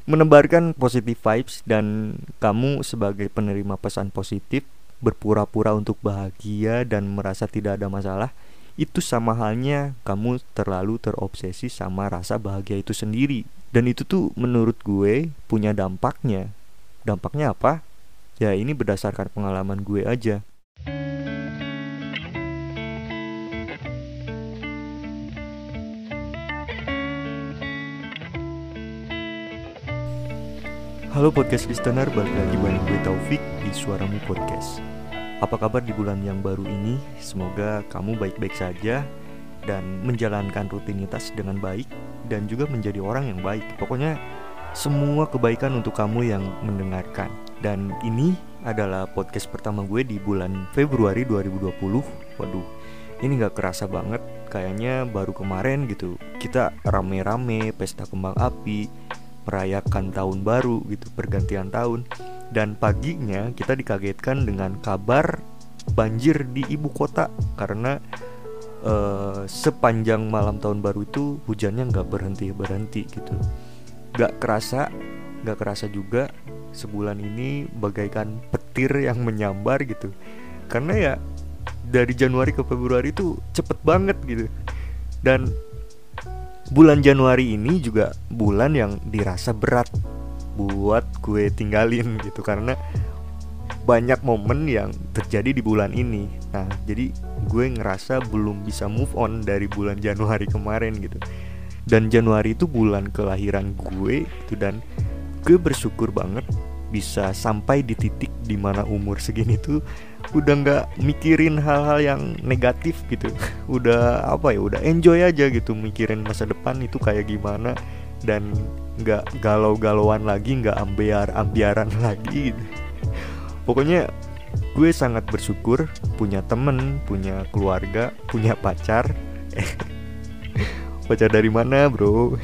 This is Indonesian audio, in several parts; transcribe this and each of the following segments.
menebarkan positive vibes, dan kamu sebagai penerima pesan positif berpura-pura untuk bahagia dan merasa tidak ada masalah, itu sama halnya kamu terlalu terobsesi sama rasa bahagia itu sendiri. Dan itu tuh menurut gue punya dampaknya. Dampaknya apa? Ya ini berdasarkan pengalaman gue aja. Halo podcast listener, balik lagi bareng gue Taufik di Suaramu Podcast. Apa kabar di bulan yang baru ini? Semoga kamu baik-baik saja dan menjalankan rutinitas dengan baik dan juga menjadi orang yang baik. Pokoknya semua kebaikan untuk kamu yang mendengarkan. Dan ini adalah podcast pertama gue di bulan Februari 2020. Waduh, ini gak kerasa banget. Kayaknya baru kemarin gitu kita rame-rame pesta kembang api, merayakan tahun baru gitu, pergantian tahun. Dan paginya kita dikagetkan dengan kabar banjir di ibu kota. Karena sepanjang malam tahun baru itu hujannya gak berhenti-berhenti gitu. Gak kerasa juga sebulan ini bagaikan petir yang menyambar gitu. Karena ya dari Januari ke Februari itu cepet banget gitu. Dan bulan Januari ini juga bulan yang dirasa berat buat gue tinggalin gitu, karena banyak momen yang terjadi di bulan ini. Nah, jadi gue ngerasa belum bisa move on dari bulan Januari kemarin gitu. Dan Januari itu bulan kelahiran gue gitu, dan gue bersyukur banget bisa sampai di titik dimana umur segini tuh udah gak mikirin hal-hal yang negatif gitu. Udah udah enjoy aja gitu, mikirin masa depan itu kayak gimana. Dan gak galau-galauan lagi, gak ambiaran lagi gitu. Pokoknya gue sangat bersyukur punya temen, punya keluarga, punya pacar. Pacar dari mana bro?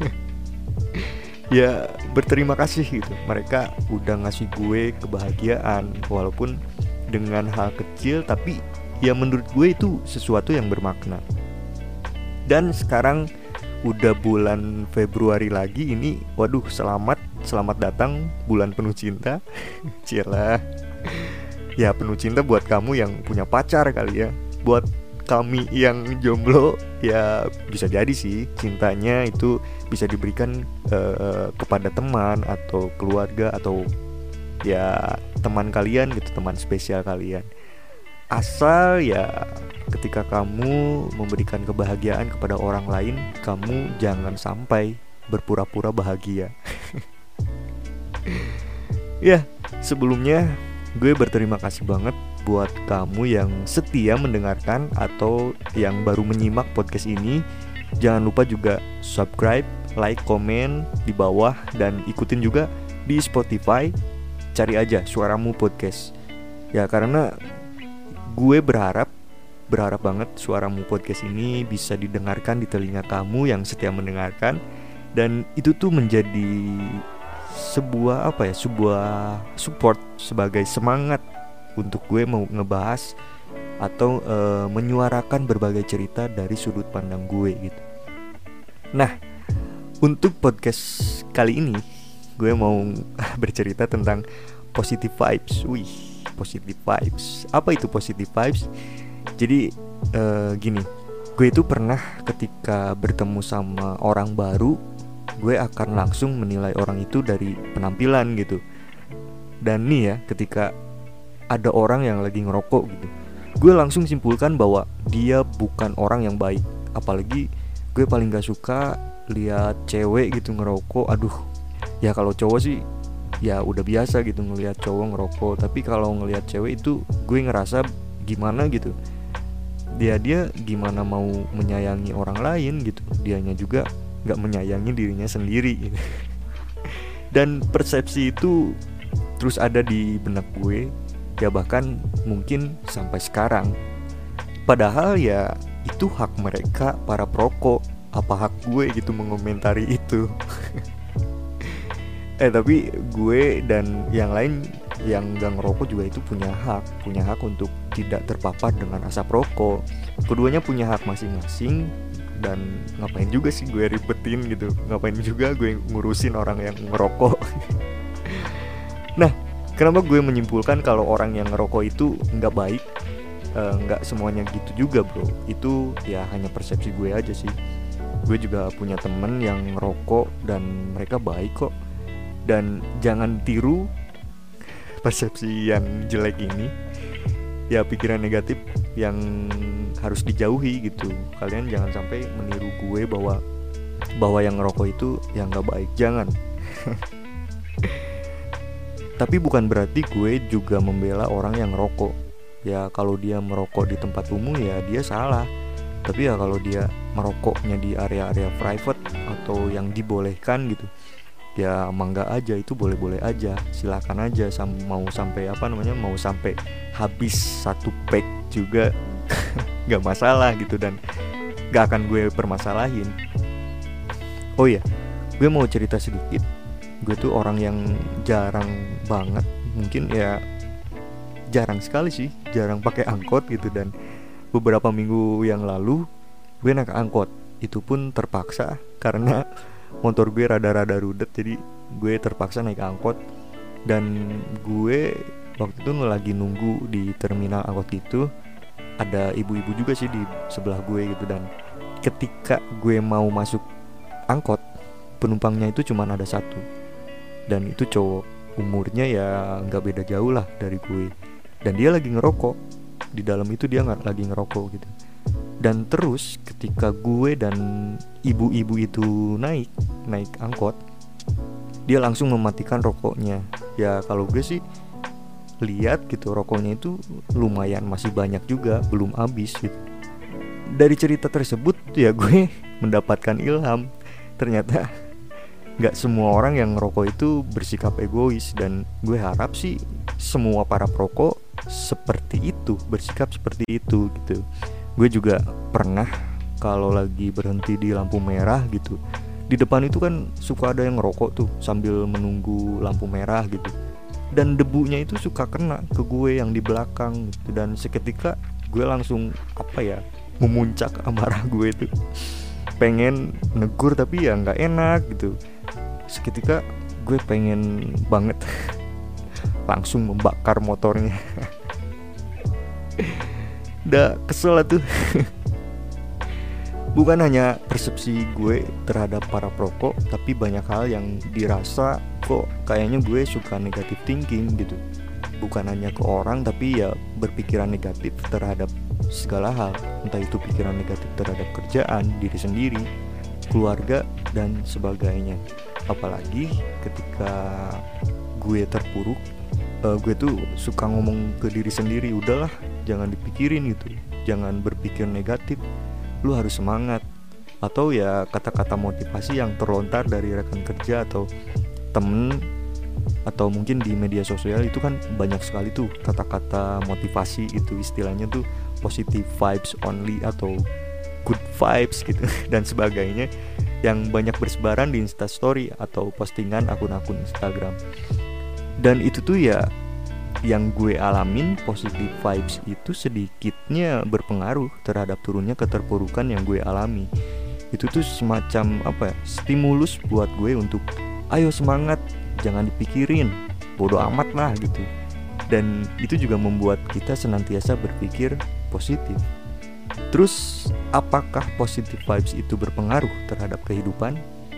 Ya berterima kasih gitu. Mereka udah ngasih gue kebahagiaan, walaupun dengan hal kecil, tapi ya menurut gue itu sesuatu yang bermakna. Dan sekarang udah bulan Februari lagi ini. Waduh, selamat datang bulan penuh cinta. Cilah. Ya penuh cinta buat kamu yang punya pacar kali ya. Buat kami yang jomblo ya bisa jadi sih cintanya itu bisa diberikan kepada teman atau keluarga atau ya teman kalian gitu, teman spesial kalian. Asal ya ketika kamu memberikan kebahagiaan kepada orang lain, kamu jangan sampai berpura-pura bahagia. Ya, sebelumnya gue berterima kasih banget buat kamu yang setia mendengarkan atau yang baru menyimak podcast ini. Jangan lupa juga subscribe, like, komen di bawah, dan ikutin juga di Spotify. Cari aja Suaramu Podcast. Ya karena gue berharap banget Suaramu Podcast ini bisa didengarkan di telinga kamu yang setia mendengarkan. Dan itu tuh menjadi sebuah support sebagai semangat untuk gue mau ngebahas atau menyuarakan berbagai cerita dari sudut pandang gue gitu. Nah, untuk podcast kali ini gue mau bercerita tentang positive vibes. Wih, positive vibes. Apa itu positive vibes? Jadi gini, gue itu pernah ketika bertemu sama orang baru, gue akan langsung menilai orang itu dari penampilan gitu. Dan nih ya, ketika ada orang yang lagi ngerokok gitu, gue langsung simpulkan bahwa dia bukan orang yang baik. Apalagi gue paling gak suka lihat cewek gitu ngerokok. Aduh, ya kalau cowok sih ya udah biasa gitu ngelihat cowok ngerokok. Tapi kalau ngelihat cewek itu gue ngerasa gimana gitu. Dia gimana mau menyayangi orang lain gitu. Dianya juga gak menyayangi dirinya sendiri gitu. Dan persepsi itu terus ada di benak gue, ya bahkan mungkin sampai sekarang. Padahal ya itu hak mereka, para perokok. Apa hak gue gitu mengomentari itu? Tapi gue dan yang lain yang gak ngerokok juga itu punya hak untuk tidak terpapar dengan asap rokok. Keduanya punya hak masing-masing dan ngapain juga sih gue ribetin gitu, ngapain juga gue ngurusin orang yang ngerokok. Nah, kenapa gue menyimpulkan kalau orang yang ngerokok itu nggak baik? Nggak semuanya gitu juga bro, itu ya hanya persepsi gue aja sih. Gue juga punya temen yang ngerokok dan mereka baik kok. Dan jangan tiru persepsi yang jelek ini, ya pikiran negatif yang harus dijauhi gitu. Kalian jangan sampai meniru gue bahwa yang ngerokok itu yang nggak baik, jangan. Tapi bukan berarti gue juga membela orang yang ngerokok. Ya kalau dia merokok di tempat umum ya dia salah. Tapi ya kalau dia merokoknya di area-area private atau yang dibolehkan gitu, ya mangga aja, itu boleh-boleh aja, silakan aja. Mau sampai mau sampai habis satu pack juga nggak masalah gitu, dan nggak akan gue permasalahin. Oh iya, gue mau cerita sedikit. Gue tuh orang yang jarang banget, mungkin ya jarang sekali sih, jarang pakai angkot gitu. Dan beberapa minggu yang lalu gue naik angkot, itu pun terpaksa karena motor gue rada-rada rudet, jadi gue terpaksa naik angkot. Dan gue waktu itu lagi nunggu di terminal angkot gitu, ada ibu-ibu juga sih di sebelah gue gitu. Dan ketika gue mau masuk angkot, penumpangnya itu cuma ada satu, dan itu cowok, umurnya ya nggak beda jauh lah dari gue, dan dia lagi ngerokok di dalam itu, dia nggak lagi ngerokok gitu. Dan terus ketika gue dan ibu-ibu itu naik angkot, dia langsung mematikan rokoknya. Ya kalau gue sih lihat gitu, rokoknya itu lumayan masih banyak juga, belum habis gitu. Dari cerita tersebut ya gue mendapatkan ilham. Ternyata gak semua orang yang ngerokok itu bersikap egois, dan gue harap sih semua para perokok seperti itu, bersikap seperti itu gitu. Gue juga pernah kalau lagi berhenti di lampu merah gitu, di depan itu kan suka ada yang ngerokok tuh sambil menunggu lampu merah gitu, dan debunya itu suka kena ke gue yang di belakang gitu. Dan seketika gue langsung memuncak amarah gue itu, pengen negur tapi ya nggak enak gitu. Seketika gue pengen banget langsung membakar motornya. Udah kesel lah tuh. Bukan hanya persepsi gue terhadap para perokok, tapi banyak hal yang dirasa kok kayaknya gue suka negative thinking gitu. Bukan hanya ke orang, tapi ya berpikiran negatif terhadap segala hal. Entah itu pikiran negatif terhadap kerjaan, diri sendiri, keluarga, dan sebagainya. Apalagi ketika gue terpuruk, gue tuh suka ngomong ke diri sendiri, udahlah jangan dipikirin gitu, jangan berpikir negatif, lu harus semangat. Atau ya kata-kata motivasi yang terlontar dari rekan kerja atau temen, atau mungkin di media sosial itu kan banyak sekali tuh kata-kata motivasi, itu istilahnya tuh positive vibes only atau good vibes gitu dan sebagainya, yang banyak bersebaran di Instastory atau postingan akun-akun Instagram. Dan itu tuh ya yang gue alamin, positive vibes itu sedikitnya berpengaruh terhadap turunnya keterpurukan yang gue alami. Itu tuh semacam stimulus buat gue untuk ayo semangat, jangan dipikirin, bodo amat lah gitu. Dan itu juga membuat kita senantiasa berpikir positif. Terus apakah positive vibes itu berpengaruh terhadap kehidupan?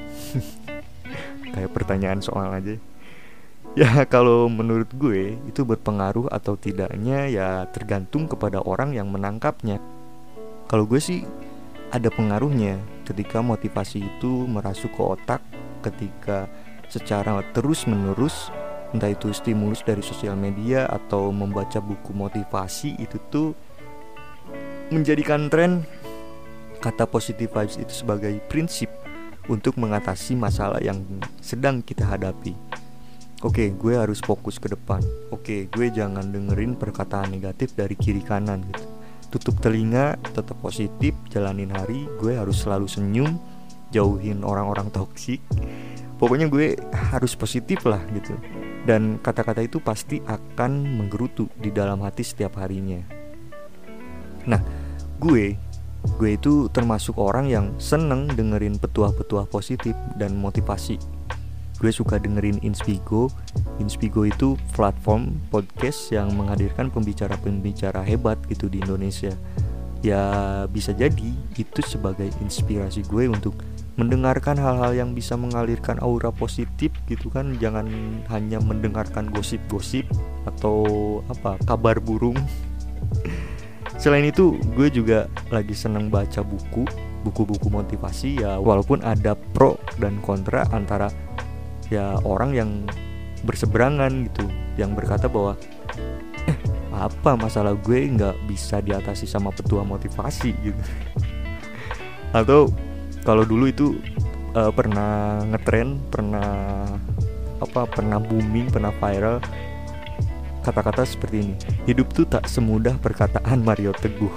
Kayak pertanyaan soal aja. Ya kalau menurut gue itu berpengaruh atau tidaknya ya tergantung kepada orang yang menangkapnya. Kalau gue sih ada pengaruhnya ketika motivasi itu merasuk ke otak, ketika secara terus menerus, entah itu stimulus dari sosial media atau membaca buku motivasi, itu tuh menjadikan tren kata positive vibes itu sebagai prinsip untuk mengatasi masalah yang sedang kita hadapi. Oke, gue harus fokus ke depan. Oke, gue jangan dengerin perkataan negatif dari kiri kanan gitu. Tutup telinga, tetap positif, jalanin hari. Gue harus selalu senyum, jauhin orang-orang toksik. Pokoknya gue harus positif lah gitu. Dan kata-kata itu pasti akan menggerutu di dalam hati setiap harinya. Nah, gue Gue itu termasuk orang yang seneng dengerin petuah-petuah positif dan motivasi. Gue suka dengerin Inspigo. Inspigo itu platform podcast yang menghadirkan pembicara-pembicara hebat gitu di Indonesia. Ya bisa jadi itu sebagai inspirasi gue untuk mendengarkan hal-hal yang bisa mengalirkan aura positif gitu kan. Jangan hanya mendengarkan gosip-gosip atau kabar burung. Selain itu gue juga lagi seneng baca buku-buku motivasi ya, walaupun ada pro dan kontra antara ya orang yang berseberangan gitu, yang berkata bahwa apa masalah gue nggak bisa diatasi sama petua motivasi gitu. Atau kalau dulu itu pernah ngetren, pernah booming, pernah viral kata-kata seperti ini: hidup tuh tak semudah perkataan Mario Teguh.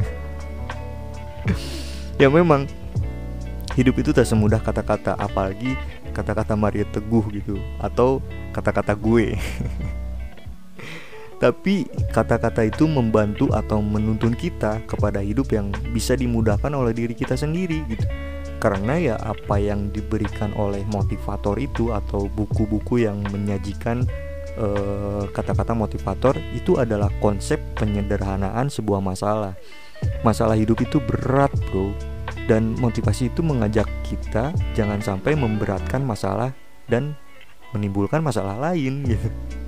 Ya memang hidup itu tak semudah kata-kata, apalagi kata-kata Mario Teguh gitu, atau kata-kata gue. Tapi kata-kata itu membantu atau menuntun kita kepada hidup yang bisa dimudahkan oleh diri kita sendiri gitu. Karena ya apa yang diberikan oleh motivator itu atau buku-buku yang menyajikan kata-kata motivator itu adalah konsep penyederhanaan sebuah masalah. Masalah hidup itu berat, bro. Dan motivasi itu mengajak kita jangan sampai memberatkan masalah dan menimbulkan masalah lain gitu.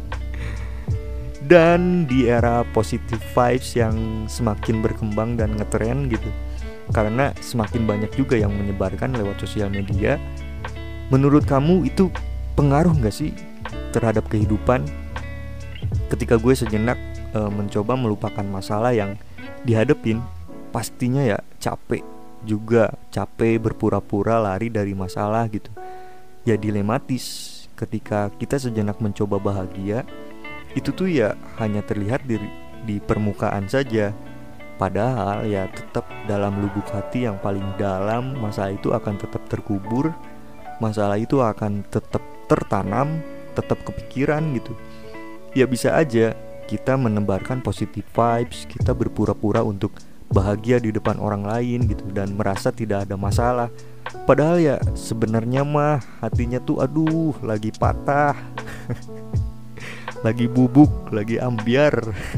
Dan di era positive vibes yang semakin berkembang dan ngetren gitu, karena semakin banyak juga yang menyebarkan lewat sosial media, menurut kamu itu pengaruh gak sih terhadap kehidupan? Ketika gue sejenak mencoba melupakan masalah yang dihadapin, pastinya ya capek berpura-pura lari dari masalah gitu. Ya dilematis ketika kita sejenak mencoba bahagia, itu tuh ya hanya terlihat di permukaan saja. Padahal ya tetap dalam lubuk hati yang paling dalam, masalah itu akan tetap terkubur. Masalah itu akan tetap tertanam, tetap kepikiran gitu. Ya bisa aja kita menebarkan positive vibes, kita berpura-pura untuk bahagia di depan orang lain gitu dan merasa tidak ada masalah. Padahal ya sebenarnya mah hatinya tuh aduh lagi patah. Lagi bubuk, lagi ambiar.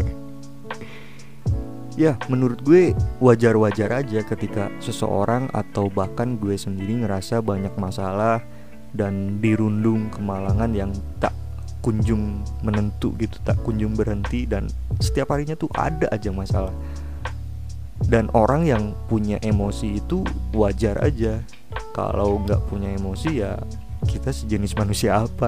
Ya menurut gue wajar-wajar aja ketika seseorang atau bahkan gue sendiri ngerasa banyak masalah dan dirundung kemalangan yang tak kunjung menentu gitu, tak kunjung berhenti, dan setiap harinya tuh ada aja masalah. Dan orang yang punya emosi itu wajar aja. Kalau nggak punya emosi ya kita sejenis manusia apa.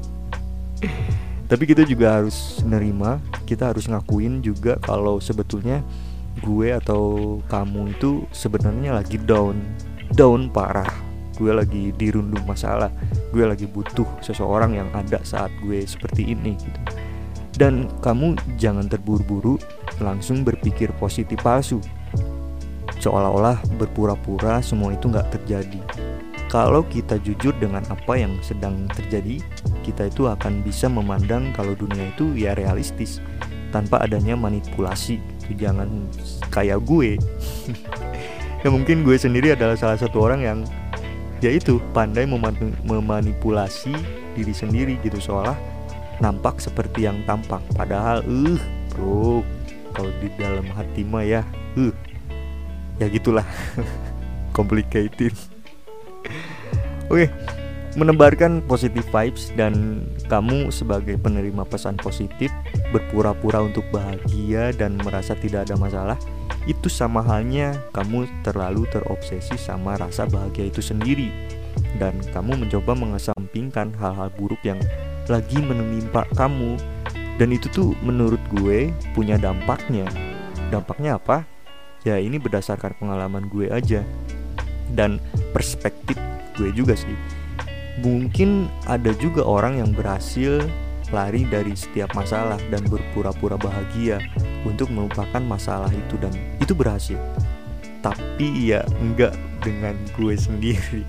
Tapi kita juga harus nerima, kita harus ngakuin juga kalau sebetulnya gue atau kamu itu sebenarnya lagi down parah. Gue lagi dirundung masalah, gue lagi butuh seseorang yang ada saat gue seperti ini gitu. Dan kamu jangan terburu-buru langsung berpikir positif palsu, seolah-olah berpura-pura semua itu gak terjadi. Kalau kita jujur dengan apa yang sedang terjadi, kita itu akan bisa memandang kalau dunia itu ya realistis, tanpa adanya manipulasi gitu. Jangan kayak gue. Ya mungkin gue sendiri adalah salah satu orang yang yaitu pandai memanipulasi diri sendiri gitu, seolah nampak seperti yang tampak. Padahal bro, kalau di dalam hati mah ya gitulah. Complicated. Oke, menebarkan positive vibes dan kamu sebagai penerima pesan positif berpura-pura untuk bahagia dan merasa tidak ada masalah, itu sama halnya kamu terlalu terobsesi sama rasa bahagia itu sendiri, dan kamu mencoba mengesampingkan hal-hal buruk yang lagi menimpa kamu. Dan itu tuh menurut gue punya dampaknya. Dampaknya apa? Ya ini berdasarkan pengalaman gue aja dan perspektif gue juga sih. Mungkin ada juga orang yang berhasil lari dari setiap masalah dan berpura-pura bahagia untuk melupakan masalah itu, dan itu berhasil. Tapi ya enggak dengan gue sendiri.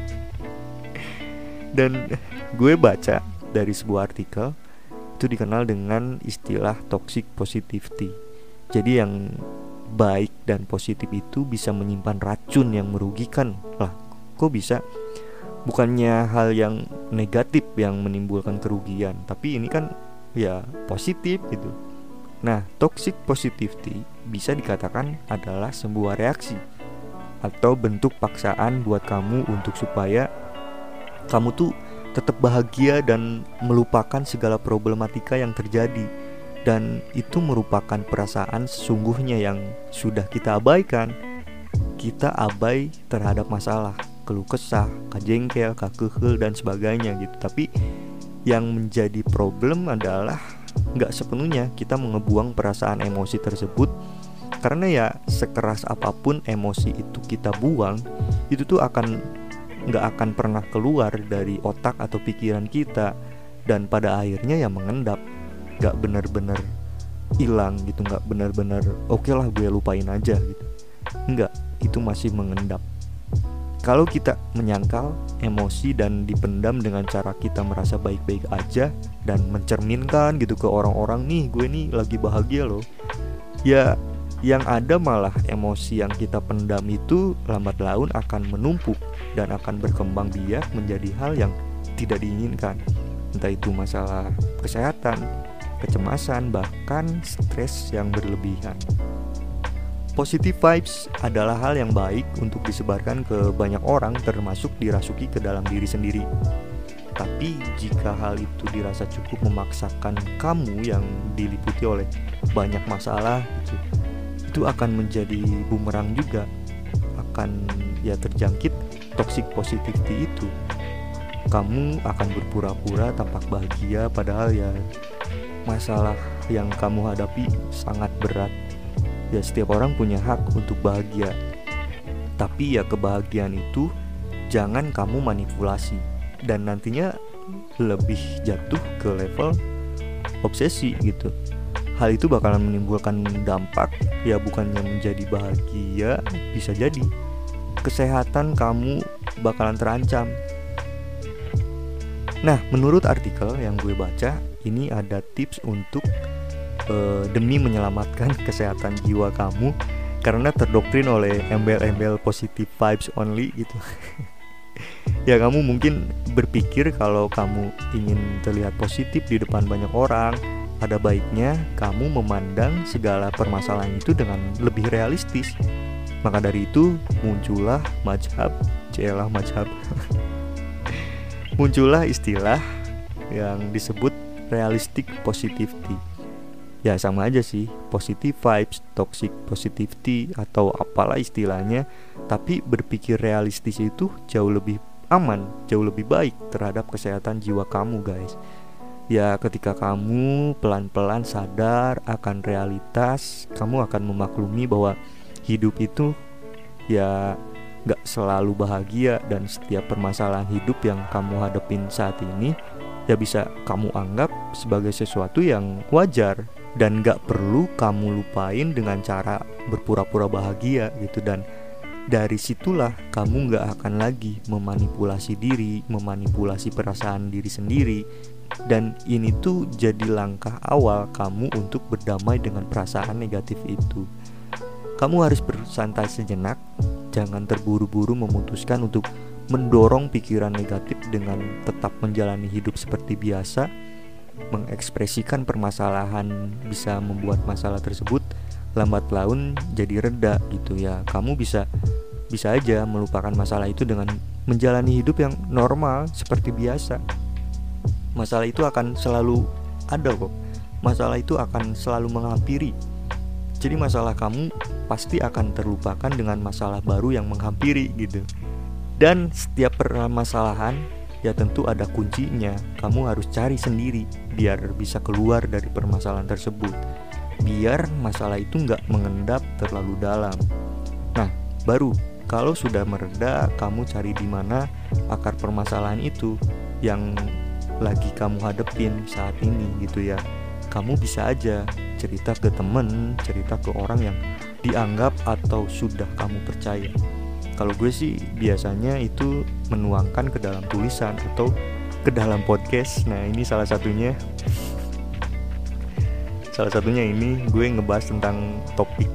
Dan gue baca dari sebuah artikel itu dikenal dengan istilah toxic positivity. Jadi yang baik dan positif itu bisa menyimpan racun yang merugikan. Lah, kok bisa? Bukannya hal yang negatif yang menimbulkan kerugian, tapi ini kan ya positif gitu. Nah, toxic positivity bisa dikatakan adalah sebuah reaksi atau bentuk paksaan buat kamu untuk supaya kamu tuh tetap bahagia dan melupakan segala problematika yang terjadi. Dan itu merupakan perasaan sesungguhnya yang sudah kita abaikan. Kita abai terhadap masalah, keluh kesah, kajengkel, kakehel dan sebagainya gitu. Tapi yang menjadi problem adalah gak sepenuhnya kita mengebuang perasaan emosi tersebut. Karena ya sekeras apapun emosi itu kita buang, itu tuh gak akan pernah keluar dari otak atau pikiran kita. Dan pada akhirnya ya mengendap, gak benar-benar hilang gitu, gak benar-benar oke lah gue lupain aja gitu. Enggak, itu masih mengendap. Kalau kita menyangkal emosi dan dipendam dengan cara kita merasa baik-baik aja dan mencerminkan gitu ke orang-orang, nih gue nih lagi bahagia loh, ya yang ada malah emosi yang kita pendam itu lambat laun akan menumpuk dan akan berkembang biak menjadi hal yang tidak diinginkan. Entah itu masalah kesehatan, kecemasan, bahkan stres yang berlebihan. Positive vibes adalah hal yang baik untuk disebarkan ke banyak orang, termasuk dirasuki ke dalam diri sendiri. Tapi jika hal itu dirasa cukup memaksakan kamu yang diliputi oleh banyak masalah gitu, itu akan menjadi bumerang juga, akan ya terjangkit toxic positivity itu. Kamu akan berpura-pura tampak bahagia padahal ya masalah yang kamu hadapi sangat berat. Ya setiap orang punya hak untuk bahagia, tapi ya kebahagiaan itu jangan kamu manipulasi dan nantinya lebih jatuh ke level obsesi gitu. Hal itu bakalan menimbulkan dampak, ya bukannya menjadi bahagia, bisa jadi kesehatan kamu bakalan terancam. Nah, menurut artikel yang gue baca, ini ada tips untuk demi menyelamatkan kesehatan jiwa kamu karena terdoktrin oleh embel-embel positive vibes only gitu. Ya kamu mungkin berpikir kalau kamu ingin terlihat positif di depan banyak orang, ada baiknya kamu memandang segala permasalahan itu dengan lebih realistis. Maka dari itu muncullah mazhab muncullah istilah yang disebut realistic positivity. Ya sama aja sih, positive vibes, toxic positivity atau apalah istilahnya. Tapi berpikir realistis itu jauh lebih aman, jauh lebih baik terhadap kesehatan jiwa kamu guys. Ya ketika kamu pelan-pelan sadar akan realitas, kamu akan memaklumi bahwa hidup itu ya gak selalu bahagia. Dan setiap permasalahan hidup yang kamu hadapin saat ini ya bisa kamu anggap sebagai sesuatu yang wajar dan gak perlu kamu lupain dengan cara berpura-pura bahagia gitu. Dan dari situlah kamu gak akan lagi memanipulasi diri, memanipulasi perasaan diri sendiri. Dan ini tuh jadi langkah awal kamu untuk berdamai dengan perasaan negatif itu. Kamu harus bersantai sejenak, jangan terburu-buru memutuskan untuk mendorong pikiran negatif dengan tetap menjalani hidup seperti biasa. Mengekspresikan permasalahan bisa membuat masalah tersebut lambat laun jadi reda gitu ya. Kamu bisa aja melupakan masalah itu dengan menjalani hidup yang normal seperti biasa. Masalah itu akan selalu ada kok. Masalah itu akan selalu menghampiri. Jadi masalah kamu pasti akan terlupakan dengan masalah baru yang menghampiri gitu. Dan setiap permasalahan ya tentu ada kuncinya. Kamu harus cari sendiri biar bisa keluar dari permasalahan tersebut, biar masalah itu gak mengendap terlalu dalam. Nah baru kalau sudah mereda, kamu cari di mana akar permasalahan itu yang lagi kamu hadepin saat ini gitu ya. Kamu bisa aja cerita ke temen, cerita ke orang yang dianggap atau sudah kamu percaya. Kalau gue sih biasanya itu menuangkan ke dalam tulisan atau ke dalam podcast. Nah ini salah satunya ini gue ngebahas tentang topik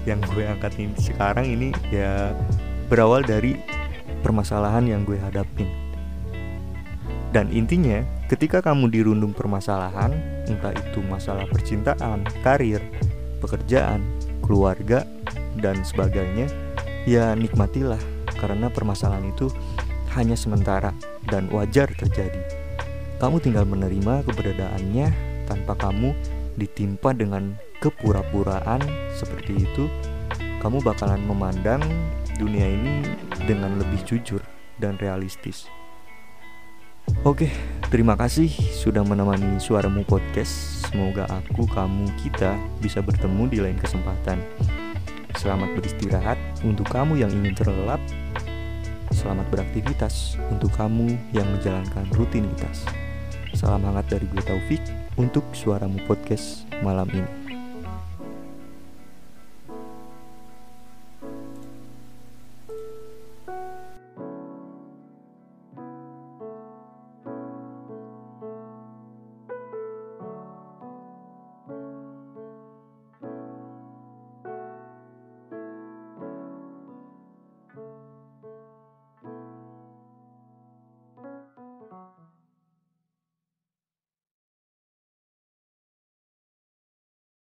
yang gue angkat ini sekarang ini ya berawal dari permasalahan yang gue hadapin. Dan intinya, ketika kamu dirundung permasalahan, entah itu masalah percintaan, karir, pekerjaan, keluarga, dan sebagainya, ya nikmatilah, karena permasalahan itu hanya sementara dan wajar terjadi. Kamu tinggal menerima keberadaannya tanpa kamu ditimpa dengan kepura-puraan seperti itu. Kamu bakalan memandang dunia ini dengan lebih jujur dan realistis. Oke, terima kasih sudah menemani Suaramu Podcast. Semoga aku, kamu, kita bisa bertemu di lain kesempatan. Selamat beristirahat untuk kamu yang ingin terlelap. Selamat beraktivitas untuk kamu yang menjalankan rutinitas. Salam hangat dari gue Taufik untuk Suaramu Podcast malam ini.